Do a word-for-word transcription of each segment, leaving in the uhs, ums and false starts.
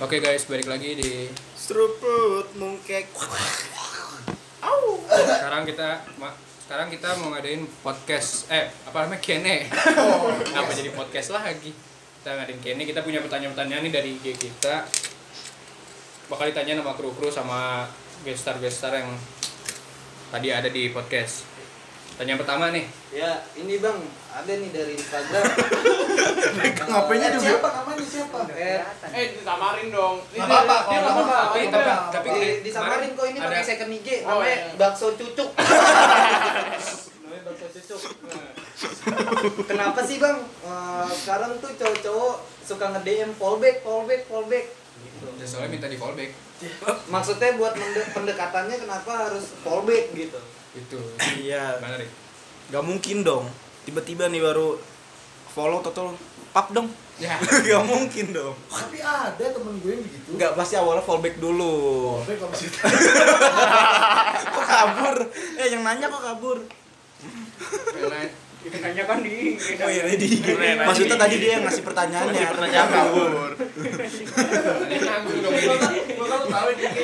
Oke guys, balik lagi di Seruput mungkek. Au. Sekarang kita ma- sekarang kita mau ngadain podcast eh apa namanya Q and A. Oh, kenapa jadi podcast lagi? Kita ngadain Q and A, kita punya pertanyaan-pertanyaan nih dari I G kita. Bakal ditanya sama kru-kru sama gestar-gestar yang tadi ada di podcast. Pertanyaan pertama nih. Ya, ini Bang, ada nih dari Instagram. Ngapainnya juga? Siapa namanya siapa? Eh, Eh, disamarin dong. Ini Nggak apa-apa, dia kalau nggak nggak apa-apa. Tapi Ini tapi dia. tapi di, ini disamarin kok ini ada- pakai second I G Oh, namanya iya. bakso cucuk. Namanya bakso cucuk. Nah. Kenapa sih Bang? Eh, sekarang tuh cowok-cowok suka nge-D M fallback, fallback, fallback. Gitu. Ya, soalnya minta di fallback. Maksudnya buat mende- pendekatannya kenapa harus fallback gitu? Itu. Iya. Mana nih? Gak mungkin dong. Tiba-tiba nih baru follow total pap dong. Ya. Gak mungkin dong. Tapi ada temen gue yang begitu. Enggak, pasti awalnya fallback dulu. Tapi kalau situ Kok kabur? Eh yang nanya kok kabur? Karena Nanya kan di Oh iya di. Maksudnya tadi dia yang ngasih pertanyaannya. Pertanyaan kabur. ini nganggur dong ini. gue kan tahu di I G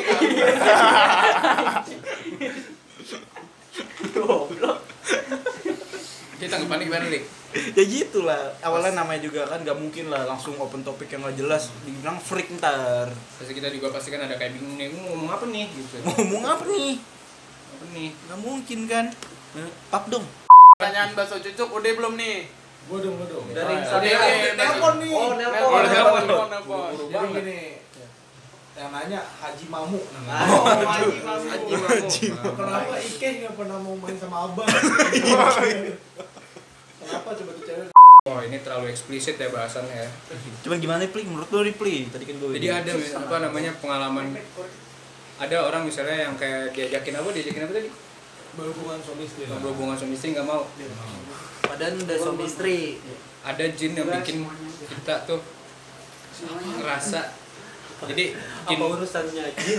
goblok. Kita tanggapannya gimana nih? Ya gitulah. Awalnya namanya juga kan gak mungkin lah langsung open topik yang gak jelas. Dibilang freak ntar. Pasti kita juga pasti kan ada kayak bingung nih, "Gua ngomong apa nih?" gitu. Ngomong apa nih? Apa nih? Gak mungkin kan? Eh, Pap dong. Pertanyaan bakso cucuk udah belum nih? gue dong gue dong. Dari Oh, Instagram. iya, iya, Telepon nih. Oh, Oh, nelpon. nelpon, nelpon, nelpon. Jadi gini, yang nanya Haji Mamu namanya. Oh, Haji Mamu. Haji Mamu. Kenapa Ike nggak pernah mau main sama abang? Kenapa coba tuh cewek? Oh, ini terlalu eksplisit ya bahasannya ya. Cuman gimana Pli? Menurut lu Pli? Tadi kan gue. Jadi ada apa namanya pengalaman, ada orang misalnya yang kayak diajakin apa, diajakin apa tadi? Berhubungan suami istri. Berhubungan suami istri nggak mau. Padahal udah suami istri. Ada jin yang bikin kita tuh ngerasa. Jadi jin Apa urusannya Jin?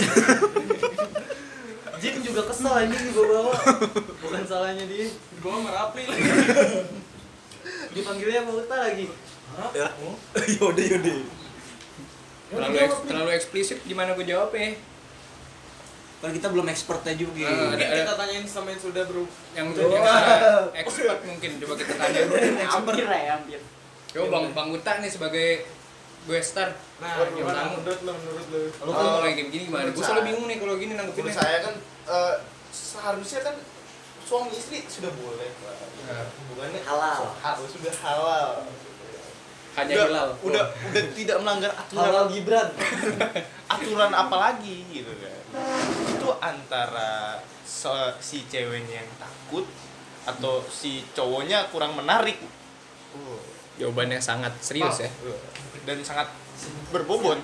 Jin juga kesel anjing gue bawa. Bukan salahnya dia. Gua merapi lagi. Dipanggilnya Pak Uta lagi. Ya. Yaudah yaudah. terlalu eks- terlalu eksplisit, gimana gue jawabnya? Kan kita belum expertnya juga. Ah, Mungkin ada- kita tanyain sama yang sudah bro. Yang yang sudah expert mungkin coba kita tanya. Hampir ya, hampir. Coba Bang Bang Uta nih sebagai gestar. Nah, gimana menurut lu, menurut lu? Lu kan kalau kayak gini gimana? Gue selalu bingung nih kalau gini Menurut nanggepinnya. saya kan eh, seharusnya kan suami istri sudah boleh Pak. Nah. Hubungannya Halal. harus sudah halal. Hanya udah, hilal. udah udah tidak melanggar aturan Halal Gibran. aturan apa lagi gitu kan. Itu antara so- si ceweknya yang takut atau si cowoknya kurang menarik. Oh. Jawabannya sangat serius ya. Dan sangat berbobot.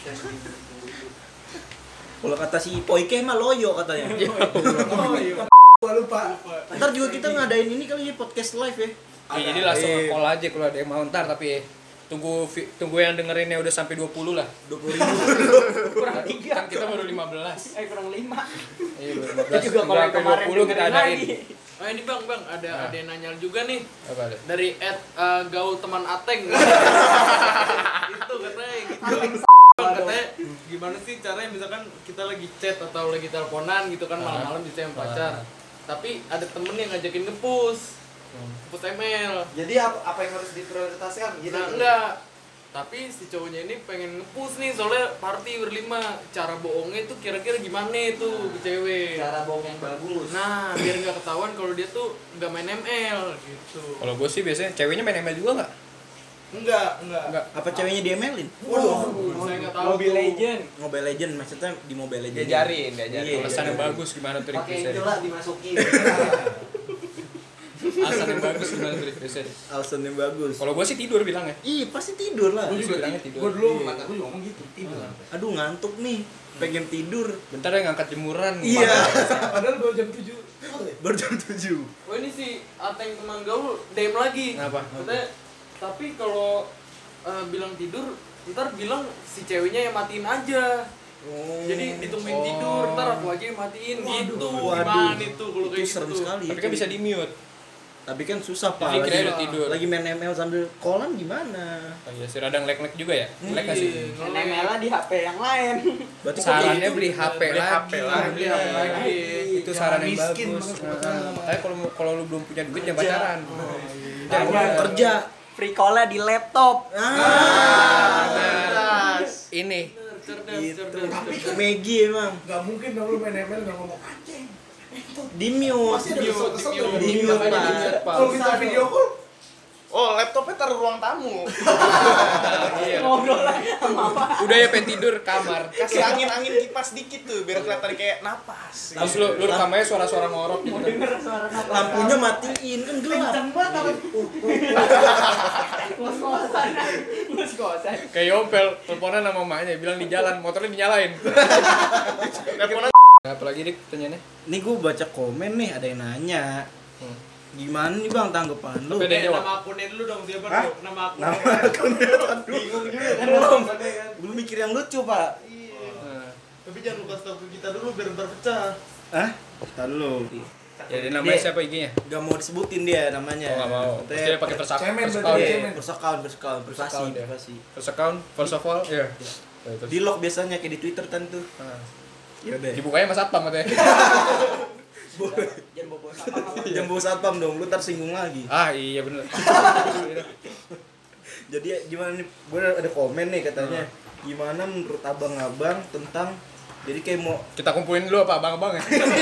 Kalau kata si Poike mah loyo katanya. Oh iya. Gua lupa. Ntar juga kita ngadain ini kali ya podcast live ya. Ya, jadi langsung Eh. call aja kalau ada yang mau ntar, tapi tunggu vi- tunggu yang dengerinnya udah sampai dua puluh lah. dua puluh ribu. Kurang tiga. Kan kita baru lima belas. Eh, kurang lima. Iya, baru lima belas. Itu juga kalau yang Sampai kemarin dua puluh kita dengerin adain. lagi. Oh ini bang, bang ada Nah. ada yang nanya juga nih Apa ada? dari at uh, gaul teman Ateng. Itu katanya gitu. Bang, katanya gimana sih caranya misalkan kita lagi chat atau lagi teleponan gitu kan malam-malam bisa yang pacar. Tapi ada temen yang ngajakin nge-push. Nge-push M L. Jadi apa, apa yang harus diprioritaskan gitu? Nah, enggak. Tapi si cowoknya ini pengen nge-push nih soalnya party berlima. Cara bohongnya tuh kira-kira gimana itu ke cewek. Cara bohong yang bagus. Nah, biar nggak ketahuan kalau dia tuh nggak main M L gitu. Kalau gue sih biasanya ceweknya main M L juga nggak? Enggak, enggak. Enggak. Apa ceweknya diemelin? Waduh, saya nggak tahu. Mobile tuh. Legend. Mobile Legend maksudnya di Mobile Legend. Diajarin, Iya, diajarin. Alasan yang diajarin. bagus gimana tuh Pakai requestnya? itu lah dimasukin. Alasan yang bagus gimana tuh requestnya? Alasan yang bagus. Kalau gue sih tidur bilangnya. Ih, pasti tidur lah. Gue juga bilangnya tidur. Gue dulu mata gue juga ngomong gitu. Tidur. Aduh, ngantuk nih. Pengen tidur. Bentar ya ngangkat jemuran. Iya. Padahal baru jam tujuh. Baru jam tujuh. Oh ini si Ateng teman gaul D M lagi. Kenapa? Katanya, tapi kalau eh, bilang tidur, ntar bilang si ceweknya yang matiin aja. Oh. Jadi ditungguin Oh. tidur, ntar aku aja yang matiin gitu. Waduh. Gimana itu kalau kayak Itu serem gitu? sekali. Tapi kan bisa di mute. Tapi kan susah Jadi Pak. kira Lagi, udah tidur. lagi main M L sambil kolan gimana? Oh iya, si radang lek-lek juga ya? Lek nggak sih? N M L di H P yang lain. Berarti kok Sarannya kayak gitu? beli H P Beli H P lagi. lagi. Beli H P lagi. Itu saran yang miskin bagus. banget, Nah, pacaran. makanya kalau kalau lu belum punya duit jangan pacaran. Jangan Jangan. kerja. Free call-nya di laptop. Nah, ini Cerdas, Gitu. cerdas. Maggie emang Gak mungkin dong lu main M L gak ngomong anjing. di mute. Pasti ada kesel-kesel tuh. Di mute, Makanya Pak. di-chat, Pak. Kalau kita video call, Oh, laptopnya taruh ruang tamu. iya. Ngobrol lagi sama apa? Udah ya pengen tidur kamar. Kasih angin-angin kipas dikit tuh biar kelihatan kayak napas. Terus lu lu rekamannya suara-suara ngorok gitu. Denger suara apa? Lampunya matiin kan gelap. Kenceng banget tapi. Ngos-ngosan. Ngos-ngosan. Kayak Yompel, teleponan sama mamanya bilang di jalan, motornya dinyalain. Teleponan Apalagi dik tanyanya? Nih gue baca komen nih ada yang nanya. Hmm. Gimana nih Bang tanggapan lu? Tapi ada Eh, jawab. nama akunnya dulu dong siapa Hah? dulu? Nama akun. Nama akunnya aduh. Bingung juga kan. Belum. namanya kan. Belum mikir yang lucu, Pak. Iya. Nah, Tapi jangan lu kasih tau ke kita dulu biar ntar pecah. Hah? Entar dulu. jadi namanya Dia- siapa I G-nya? Gak mau disebutin dia namanya. Oh, nggak mau. Pasti dia Katanya pakai first account. cemen First berarti. account. Iya, Cemen. first account, first account, privasi, account ya. privasi. First account, first of all, iya. Oh, itu. Di lock biasanya kayak di Twitter kan tuh. Nah, Ya udah. dibukanya Mas Satpam katanya. Jangan bobo apa apa. Jangan bawa satpam dong, lu ntar singgung lagi. Ah, iya bener. Jadi ya, gimana nih? Gue ada komen nih katanya. Gimana menurut abang-abang tentang jadi kayak mau Kita kumpulin dulu apa abang-abang ya?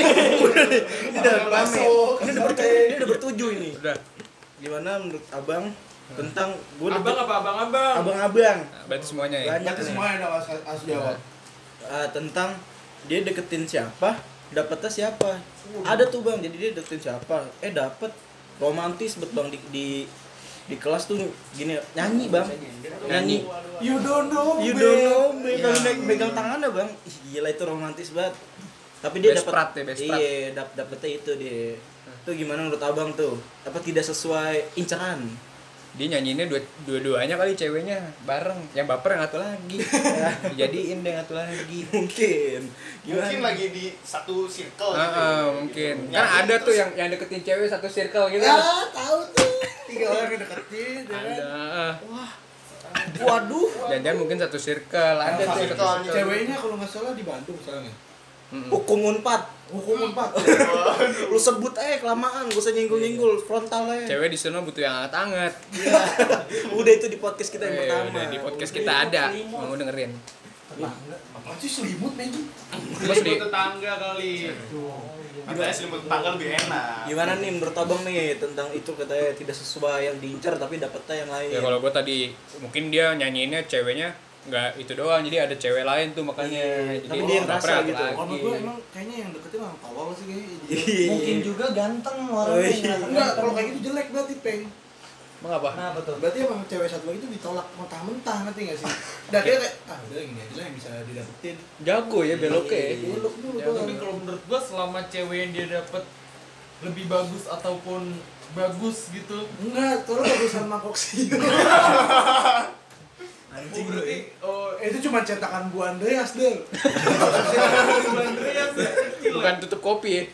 ini udah rame. masuk, Ini udah bertujuh, ini udah bertujuh ini. Udah. Gimana menurut abang tentang gue Abang apa abang-abang? abang-abang Nah, berarti semuanya ya. banyak nanti nih. semuanya dong harus harus jawab. Ah, tentang dia deketin siapa, dapetnya siapa. Ada tuh bang, jadi dia deketin siapa, eh dapet romantis bet bang di, di di kelas tuh gini nyanyi bang, nyanyi. You don't know, You babe. don't know, babe. Iya. Kalau naik pegang tangannya bang, ih gila itu romantis banget. Tapi dia Best dapat, prat ya, best prat. iya, dap dapetnya itu dia. Tuh gimana menurut abang tuh? Apa tidak sesuai inceran? Dia nyanyiinnya dua dua-duanya kali ceweknya bareng. Yang baper yang satu lagi. Dijadiin deh yang satu lagi. Mungkin. Gimana? mungkin lagi di satu circle Ah, gitu. ah, mungkin. Kan Nyanyi ada tuh terus- yang yang deketin cewek satu circle gitu. Ya, tahu tuh. Tiga orang yang deketin, ya kan? Ada. ah. Waduh. Jangan-jangan mungkin satu circle. Ada tuh Satu yang circle. satu circle. Ceweknya kalau nggak salah di Bandung soalnya. Mm-mm. Hukum unpad. Hukum empat. Lu sebut aja kelamaan, gak usah nyenggol-nyenggol, frontal aja. Cewek di sana butuh yang hangat-hangat. Iya. Udah itu di podcast kita yang Eh, pertama. udah, di podcast kita ada. Mau dengerin. Apaan sih selimut Megi? Terus di Selimut tetangga kali. Katanya selimut tetangga lebih enak. Gimana nih menurut abang nih tentang itu katanya tidak sesuai yang diincar tapi dapetnya yang lain. ya kalau gua tadi mungkin dia nyanyiinnya ceweknya nggak itu doang, jadi ada cewek lain tuh makanya. Iya, Jadi tapi dia yang baper rasa satu gitu. lagi. Kalau menurut gue emang kayaknya yang deketin orang tolol sih kayaknya. Iya. Mungkin juga ganteng Oh, orangnya. iya. ngerasa Enggak, ganteng. kalau kayak gitu jelek berarti peng. Emang apa? Kenapa tuh? Berarti emang cewek satu lagi itu ditolak mentah-mentah nanti nggak sih? Dan dia kayak ah udah gini aja lah yang bisa didapetin. Jago ya beloknya. ya. Belok dulu Ya, tuh. Tapi kalau menurut gua selama cewek yang dia dapet lebih bagus ataupun bagus gitu. Enggak, tolong bagusan mangkok sih. Oh, berarti oh Eh, itu cuma cetakan Bu Andreas deh. Andreas ya. Bukan tutup kopi ya.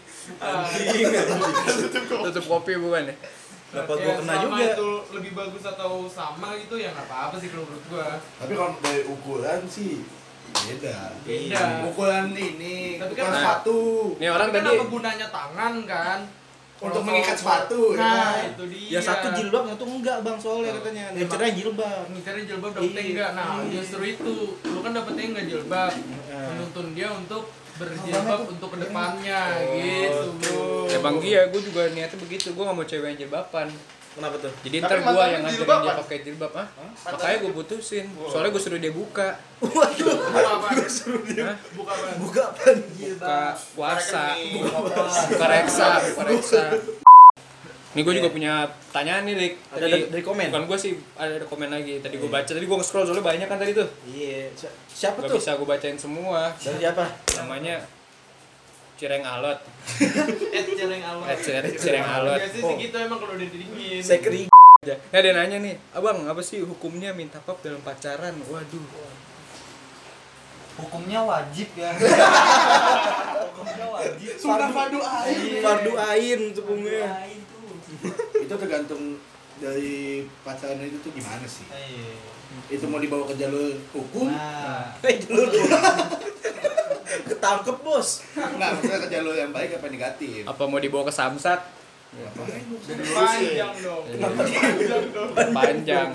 Tutup kopi bukan ya. Kenapa Ya, gua kena selama juga? itu lebih bagus atau sama gitu ya nggak apa-apa sih kalau menurut gua. Tapi kalau dari ukuran sih beda. Beda. Ukuran ini, Tapi ukuran kan- sepatu. Ini orang Tapi kan tadi apa gunanya tangan kan? Untuk Kalau- mengikat kalau- sepatu, ya Nah, kan? itu dia. Ya satu jilbab, satu enggak bang soalnya katanya. Ngincernya jilbab. Ngincernya jilbab dapetnya Iya. enggak. Nah, justru itu. Lu kan dapetnya enggak jilbab. Iya. Menuntun dia untuk berjilbab untuk kedepannya gitu, bro. ya Bang Gia, gue juga niatnya begitu. Gue gak mau cewek yang jilbaban. Kenapa tuh? Jadi Tapi ntar gue mantannya yang ngajarin jilbaban? dia pakai jilbab, ah? Makanya gue putusin. Soalnya gue suruh dia buka. Waduh. Buka apa? Hah? Buka apa? Buka apa? Buka puasa, Rekening. buka reksa, buka reksa. Nih gue juga punya tanyaan nih, Rik. Ada dari- dari komen? Bukan gue sih, ada, ada komen lagi. Tadi gue baca, tadi gue nge-scroll soalnya banyak kan tadi tuh. Iya. Si- Siapa Gak tuh? bisa gue bacain semua. Dari siapa? Namanya Cireng Alot. Eh, celeng alot. Eh, Cireng, Cireng Alot. Biasanya sih gitu emang kalau udah dingin. Saya kering. Nah dia nanya nih, abang apa sih hukumnya minta pap dalam pacaran? Waduh. Hukumnya wajib ya. Hukumnya wajib. Sudah fardu ain. Fardu ain hukumnya. Lain tuh. Itu tergantung dari pacaran itu tuh gimana sih. Iya. Itu mau dibawa ke jalur hukum, Nah, Eh dulu ketangkep bos. enggak maksudnya ke jalur yang baik apa negatif. Apa mau dibawa ke Samsat? Ngapain lu? Panjang dong. Panjang dong. Panjang.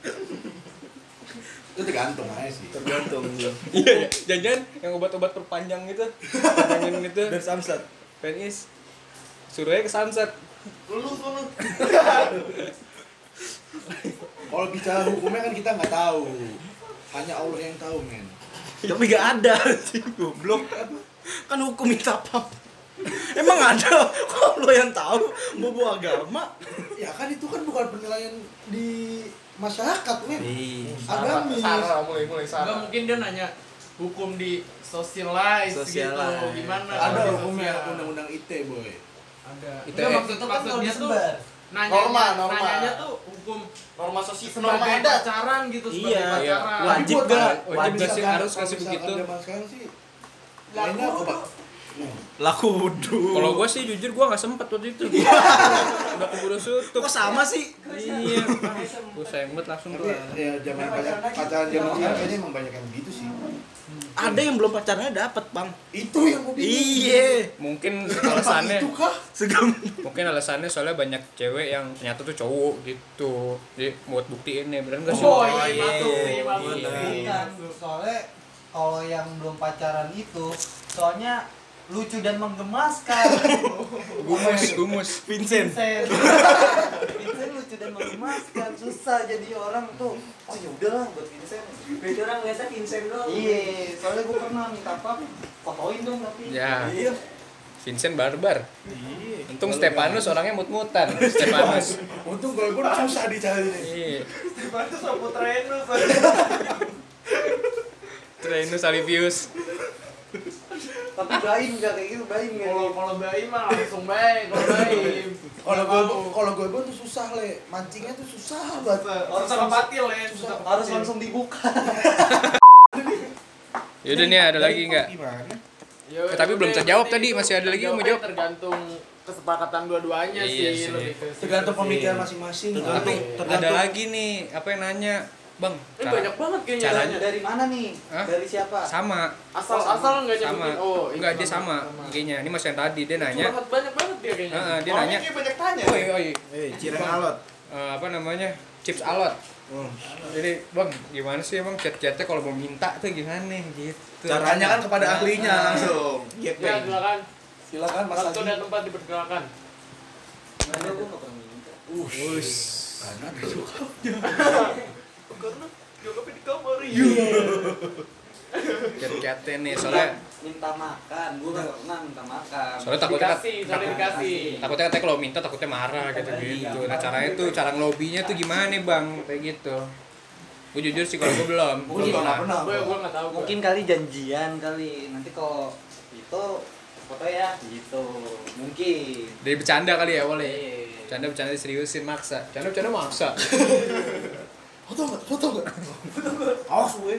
Itu tergantung aja sih. Tergantung dia. Iya, ya. Jangan-jangan yang obat-obat perpanjang itu, panjangin itu, Dan Samsat. penis. Suruh aja ke Samsat. Lu sono. Kalau bicara hukumnya kan kita nggak tahu. Hanya Allah yang tahu, men. Tapi gak ada sih goblok. Kan hukum minta apa? Emang ada? Kok lo yang tahu mau bawa agama? Ya kan itu kan bukan penilaian di masyarakat, men. Iya. Agamis. Sarah mulai mulai Enggak Sarah. mungkin dia nanya hukum di socialize, Socialize. gitu. Gimana? Ada kalau di hukumnya sosial? undang-undang I T, boy. Ada. Itu Enggak, ya. maksud itu kan kalau maksudnya tuh disebar. nanya Norma, norma. nanyanya tuh hukum Norma sosial, norma sebagai adat. pacaran gitu, sebagai Iya, iya. pacaran. Wajib Tapi buat- gak? kalau Wajib gak sih misalkan- harus kalau kasih misalkan begitu? zaman sekarang sih kayaknya obat. Nah, Laku wudu. Kalau gue sih jujur gue nggak sempet waktu itu. Udah keburu sutup. kok sama sih? Iya. Gue sayang banget langsung tapi tuh. ya zaman banyak pacaran zaman sekarang kayaknya emang banyak yang begitu sih. Ada yang belum pacarnya dapat, Bang. Itu yang gue bingung. Iya. Mungkin Apa alasannya, itu kah? Segam. mungkin alasannya soalnya banyak cewek yang ternyata tuh cowok gitu. Jadi buat buktiin nih, bener nggak sih? Oh, iya, iya, masuk sih, iya. masuk Iya. sih. bukan. Soalnya kalau yang belum pacaran itu, soalnya lucu dan menggemaskan. Gumus, gumus. Vincent. Vincent. Vincent lucu dan menggemaskan. Susah jadi orang tuh. Oh ya udahlah buat Vincent. Beda orang ngeliatnya Vincent doang. Iya, soalnya gue pernah minta apa? Fotoin dong tapi. Ya, Iya. Vincent barbar. Iya. Untung Stefanus orangnya mut-mutan. Stefanus. Untung gue pun susah dicari nih. Iya. Itu sama Trenus. Trenus Alivius. Tapi baim gak kayak gitu, baim gak? Kalau kalau bayi mah langsung baik, kalau bayi. Kalau gue kalau gue pun tuh susah, le. Mancingnya tuh susah banget. Harus sama patil ya, susah Harus langsung dibuka. Yaudah nih ada lagi nggak? Gimana? Ya, Eh, tapi belum udah, terjawab nanti tadi, itu masih ada lagi yang mau jawabnya jawab. Tergantung kesepakatan dua-duanya Iya sih, sih. lebih ke Tergantung situ sih. pemikiran masing-masing. Tergantung. Tapi Tapi ada tergantung. lagi nih, apa yang nanya? Bang, Ini cara- banyak banget kayaknya caranya- nanya. Dari mana nih? Hah? Dari siapa? sama. Asal asal nggak Sama. nyebutin. Oh, ini Enggak, dia sama I G-nya. Ini masih yang tadi dia nanya. Banget banyak banget dia kayaknya. Heeh, dia Orangnya nanya. kayak banyak tanya. Oi, oi. Eh, cireng alot. Eh, apa namanya? Chips alot. Hmm. Jadi, Bang, gimana sih emang chat-chatnya kalau mau minta tuh gimana gitu. Caranya kan kepada ahlinya langsung. Iya, Ya, silakan. Silakan Mas Waktu Adi. dan tempat dipersilakan. Ada gue gak pernah minta. Us. Karena ada suka. Karena jawabnya di kamar Chat-chatnya nih soalnya Minta makan, gue gak pernah minta makan. soalnya takutnya Dikasih, soalnya dikasih. takutnya katanya kalau minta takutnya marah gitu gitu. Nah, caranya tuh cara ngelobinya tuh gimana nih, Bang? Kayak gitu. Gue jujur sih kalau gue belum. Gue Belum juga nggak pernah. pernah. Gue gue nggak tahu. Mungkin kali janjian kali. Nanti kalau itu foto ya gitu. Mungkin. Dari bercanda kali ya awalnya. Iya. Bercanda bercanda diseriusin maksa. Bercanda bercanda maksa. Foto nggak? Foto nggak? Awas gue.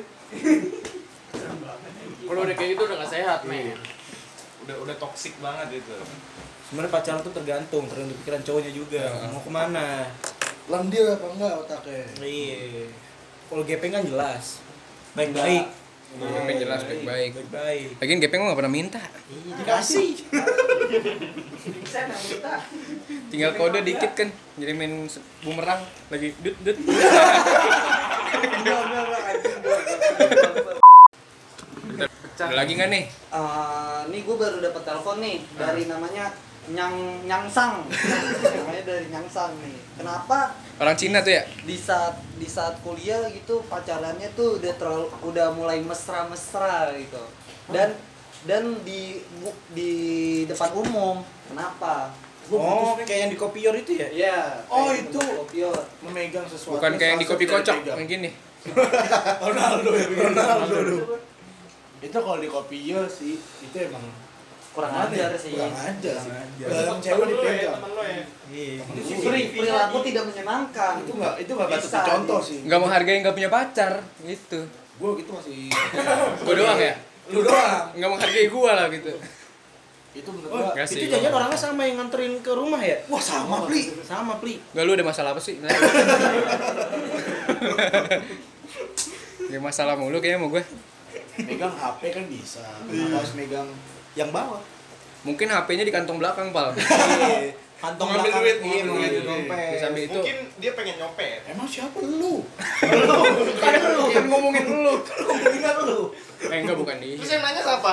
Kalau udah kayak gitu udah nggak sehat, men. Udah udah toksik banget itu. Sebenarnya pacaran tuh tergantung, tergantung pikiran cowoknya juga. Mau kemana? Lendir apa enggak otaknya? Iya. Kalau gepeng kan jelas. Baik-baik. Gepeng jelas baik-baik. Baik-baik. Lagian gepeng gue gak pernah minta. Iya, dikasih. Vincent yang minta. Tinggal kode dikit kan, ngirimin se- bumerang lagi dut dut. Enggak, enggak, enggak, anjing, enggak, enggak. Ada lagi nggak nih? Eh, nih gue baru dapat telepon nih dari namanya Nyang Nyangsang. Namanya dari Nyangsang nih. Kenapa Orang Cina tuh ya? di saat di saat kuliah gitu pacarannya tuh udah terlalu udah mulai mesra-mesra gitu. Dan dan di bu- di depan umum. Kenapa? Gua Oh, putus- kayak yang di kopior itu ya? Iya. Oh, kayak itu. bentuk kopior. Memegang sesuatu. Bukan kayak yang di kopi salah satu kocok dari pegang. yang gini. Ronaldo ya, Ronaldo. Itu kalau di kopior sih, itu emang Kurang Mana ajar ya? sih. Kurang ajar sih. Kurang ajar. Dalam cewek dipegang. temen lo ya. Iya. Peri- Perilaku tidak menyenangkan. Itu enggak itu enggak patut Bisa, dicontoh iya. sih. Nggak menghargai nggak punya pacar, gitu. Gue gitu masih Gue doang ya? lu doang. Nggak menghargai gua lah gitu. Itu menurut Oh, gua. Enggak sih. itu jajan orangnya sama yang nganterin ke rumah ya? Wah, sama, Pli. Sama, Pli. Enggak, lu ada masalah apa sih? Ya masalah mulu kayaknya sama gue. Megang H P kan bisa. Kenapa harus megang yang bawah? Mungkin H P-nya di kantong belakang, Pal. Kantong Ngambil belakang. duit, Iya, ngambil ngambil duit. dompet. Di samping itu Mungkin dia pengen nyopet. Emang siapa lu? kan lu kan ngomongin lu. Ngomongin lu. Eh enggak, bukan dia. Terus yang nanya siapa?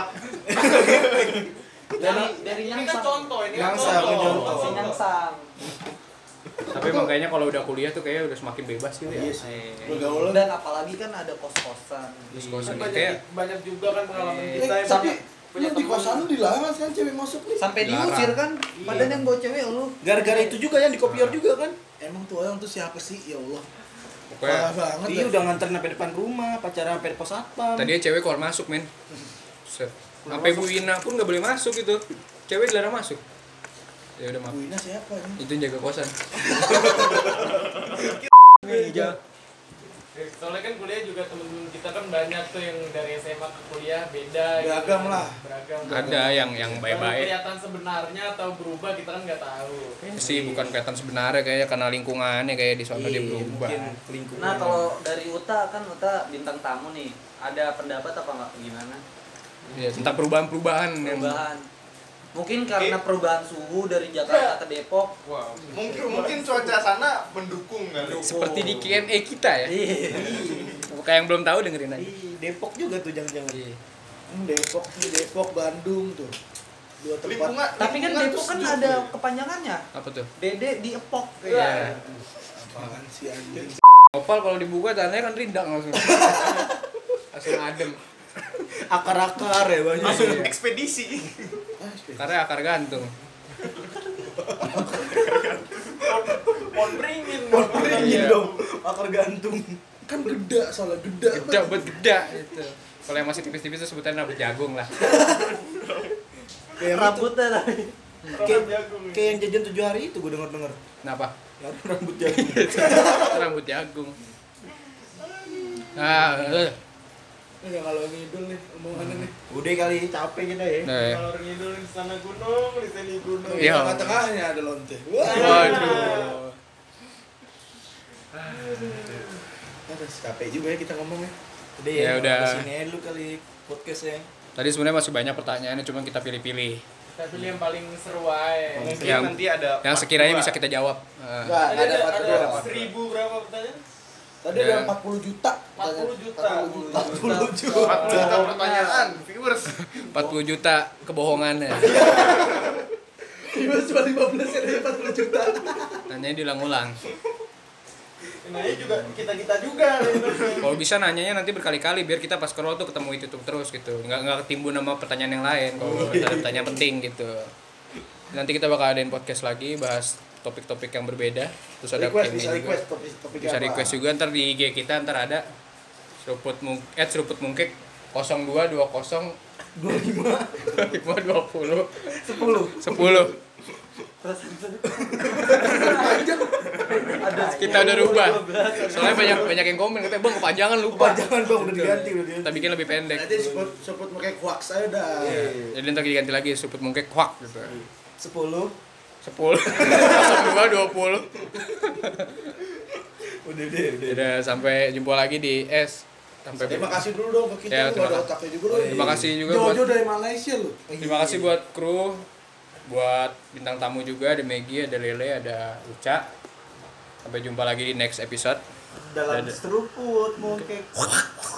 dari dari Ini kan nyangsang contoh, ini kan Nyangsang, contoh. contoh. si nyangsang Tapi emang kayaknya kalau udah kuliah tuh kayaknya udah semakin bebas gitu ya. Iya sih. Eh, Pergaulan. dan apalagi kan ada kos-kosan Terus Kan kosan banyak, kayak banyak juga kan pengalaman Eh, kita Eh, yang tapi punya lu di teman. kosan lu dilarang kan cewek masuk nih. sampai Dilarang. diusir kan padahal yang bawa cewek lu Gara-gara itu juga yang dikopior juga kan? Emang tuh orang tuh siapa sih? Ya Allah. pokoknya Parah banget. Dia dah. udah nganterin sampai depan rumah, pacaran sampai pos satpam. tadinya cewek keluar masuk, men. Set. Sampai Bu Ina pun nggak boleh masuk gitu. Cewek dilarang masuk. Ya udah maaf. Bu Ina siapa ini? Itu yang jaga kosan. Eh, Soalnya kan kuliah juga temen-temen kita kan banyak tuh yang dari S M A ke kuliah beda Beragam gitu. lah. Beragam. Ada yang yang Baru baik-baik. kelihatan sebenarnya atau berubah kita kan nggak tahu. Sih bukan kelihatan sebenarnya kayaknya karena lingkungannya kayak di sana dia Iya, berubah. mungkin lingkungan. nah kalau dari Uta kan Uta bintang tamu nih ada pendapat apa nggak gimana Iya, tentang perubahan-perubahan yang perubahan mungkin karena perubahan suhu dari Jakarta ke Depok Wow. Mungkin mungkin cuaca sana mendukung kali. seperti di Q and A kita ya. iya Kayak yang belum tahu dengerin aja. Ih, Depok juga tuh jangan-jangan. Iya. Hmm, Depok nih, Depok, Bandung tuh. Dua tempat. Lingkungan, tapi kan lingkungan Depok tuh kan sejuk, ada ya. kepanjangannya Apa tuh? Dede di Epok Iya. Apaan sih anjing? Opal kalau dibuka tanahnya kan rindang langsung. Langsung adem. Akar-akar ya banyak. Langsung ekspedisi. Ah, sepeda. Karena akar gantung. Pohon beringin. Beringin Iya. dong, akar gantung. Kan geda soalnya geda. Geda buat geda gitu. Kalau yang masih tipis-tipis tuh sebutannya rambut jagung lah. Kayak gitu. rambutnya tapi Kayak kayak yang jajan tujuh hari itu gue denger-denger. Kenapa? Yang rambut jagung. Rambut jagung. Ah, eh. Ya kalau ngidul nih omongannya nih. Udah kali capek kita ya. Nah, ya. Kalau ngidul di sana gunung, di sini gunung. Iya. Di tengah-tengahnya ada lonte. Wah. Waduh. Aduh, capek juga ya kita ngomong ya. Udah Ya udah. Kesini aja dulu kali podcastnya. Tadi sebenarnya masih banyak pertanyaannya, cuma kita pilih-pilih. Kita pilih yang paling seru aja. Mungkin Yang- nanti ada Yang part sekiranya dua. bisa kita jawab. Ah. Enggak, Tadi ada ada, empat ada kedua. seribu berapa pertanyaan? Tadi Ya. ada empat puluh juta. empat puluh juta. empat puluh juta. empat puluh juta. empat puluh juta pertanyaan viewers. empat puluh juta kebohongannya. Cuma cuma lima belas ya dari empat puluh juta. Nanyanya diulang-ulang. Nanya juga kita-kita juga gitu. Kalau bisa nanyanya nanti berkali-kali biar kita pas scroll tuh ketemu itu tuh terus gitu. Nggak nggak ketimbun sama pertanyaan yang lain kalau ada pertanyaan penting gitu. Nanti kita bakal adain podcast lagi bahas topik-topik yang berbeda. Terus ada Request Q and A bisa juga. request topik topik Bisa apa? request juga ntar di I G kita ntar ada seruput mung eh seruput mungkek nol dua dua nol dua puluh lima lima dua puluh sepuluh sepuluh. Kita udah rubah. Soalnya banyak banyak yang komen katanya bang kepanjangan lupa. Jangan bang udah diganti udah diganti. Kita bikin lebih pendek. Nanti support support pakai hoax aja dah. Jadi ntar diganti lagi seruput mungkek kuak gitu. sepuluh Sepuluh nol dua dua puluh. udah deh udah. Udah sampai jumpa lagi di S. Sampai Terima kasih dulu dong ke kita, Ya, lu terima nggak ada kasih. otaknya juga lu. Terima kasih juga buat Jojo dari Malaysia lu. Terima kasih buat kru, buat bintang tamu juga, ada Maggie, ada Lele, ada Uca. Sampai jumpa lagi di next episode. Dalam Dadah. seruput mungkin.